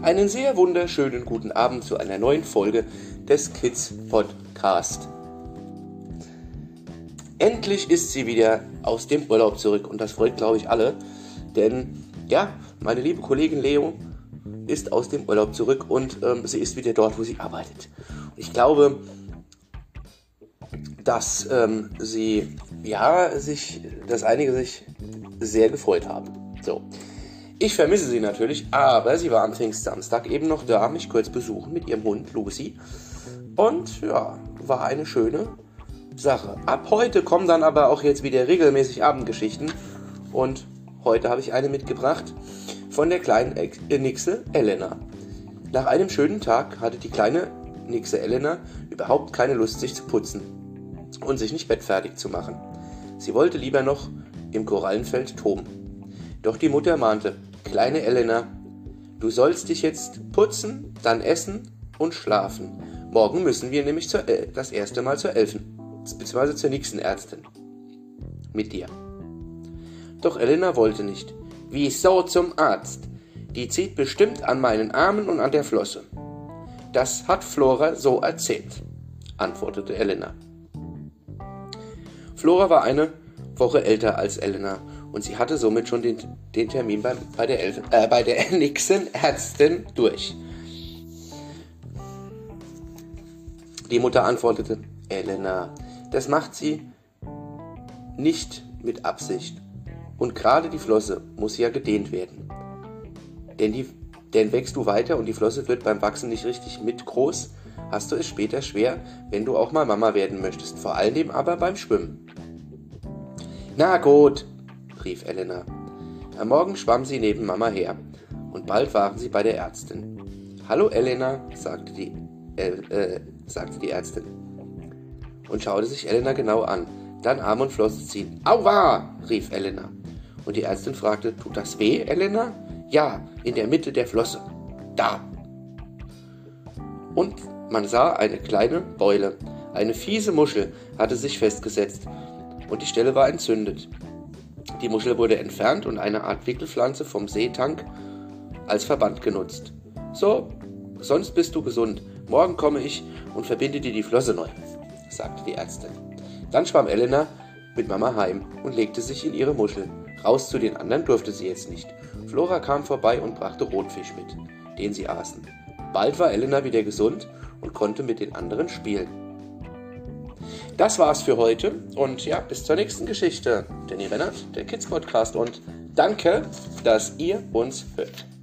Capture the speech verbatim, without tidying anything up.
Einen sehr wunderschönen guten Abend zu einer neuen Folge des Kids Podcast. Endlich ist sie wieder aus dem Urlaub zurück und das freut, glaube ich, alle, denn ja, meine liebe Kollegin Leo ist aus dem Urlaub zurück und ähm, sie ist wieder dort, wo sie arbeitet. Ich glaube, dass ähm, sie, ja, sich, dass einige sich sehr gefreut haben. So. Ich vermisse sie natürlich, aber sie war am Pfingstsamstag eben noch da, mich kurz besuchen mit ihrem Hund Lucy. Und ja, war eine schöne Sache. Ab heute kommen dann aber auch jetzt wieder regelmäßig Abendgeschichten. Und heute habe ich eine mitgebracht von der kleinen Nixe Elena. Nach einem schönen Tag hatte die kleine Nixe Elena überhaupt keine Lust, sich zu putzen und sich nicht bettfertig zu machen. Sie wollte lieber noch im Korallenfeld toben. Doch die Mutter mahnte: Kleine Elena, du sollst dich jetzt putzen, dann essen und schlafen. Morgen müssen wir nämlich zur, äh, das erste Mal zur Elfen, beziehungsweise zur Nixenärztin. Mit dir. Doch Elena wollte nicht. Wieso zum Arzt? Die zieht bestimmt an meinen Armen und an der Flosse. Das hat Flora so erzählt, antwortete Elena. Flora war eine Woche älter als Elena und sie hatte somit schon den, den Termin bei, bei der, Elf, äh, bei der Nixenärztin durch. Die Mutter antwortete: Elena, das macht sie nicht mit Absicht. Und gerade die Flosse muss ja gedehnt werden. Denn, die, denn wächst du weiter und die Flosse wird beim Wachsen nicht richtig mit groß, hast du es später schwer, wenn du auch mal Mama werden möchtest. Vor allem aber beim Schwimmen. Na gut, rief Elena. Am Morgen schwamm sie neben Mama her und bald waren sie bei der Ärztin. Hallo Elena, sagte die, äh, äh, sagte die Ärztin und schaute sich Elena genau an. Dann Arm und Flosse ziehen. Aua, rief Elena. Und die Ärztin fragte: Tut das weh, Elena? Ja, in der Mitte der Flosse. Da. Und man sah eine kleine Beule. Eine fiese Muschel hatte sich festgesetzt und die Stelle war entzündet. Die Muschel wurde entfernt und eine Art Wickelpflanze vom Seetank als Verband genutzt. So, sonst bist du gesund. Morgen komme ich und verbinde dir die Flosse neu, sagte die Ärztin. Dann schwamm Elena mit Mama heim und legte sich in ihre Muschel. Raus zu den anderen durfte sie jetzt nicht. Flora kam vorbei und brachte Rotfisch mit, den sie aßen. Bald war Elena wieder gesund und konnte mit den anderen spielen. Das war's für heute und ja, bis zur nächsten Geschichte. Danny Rennert, der Kids Podcast, und danke, dass ihr uns hört.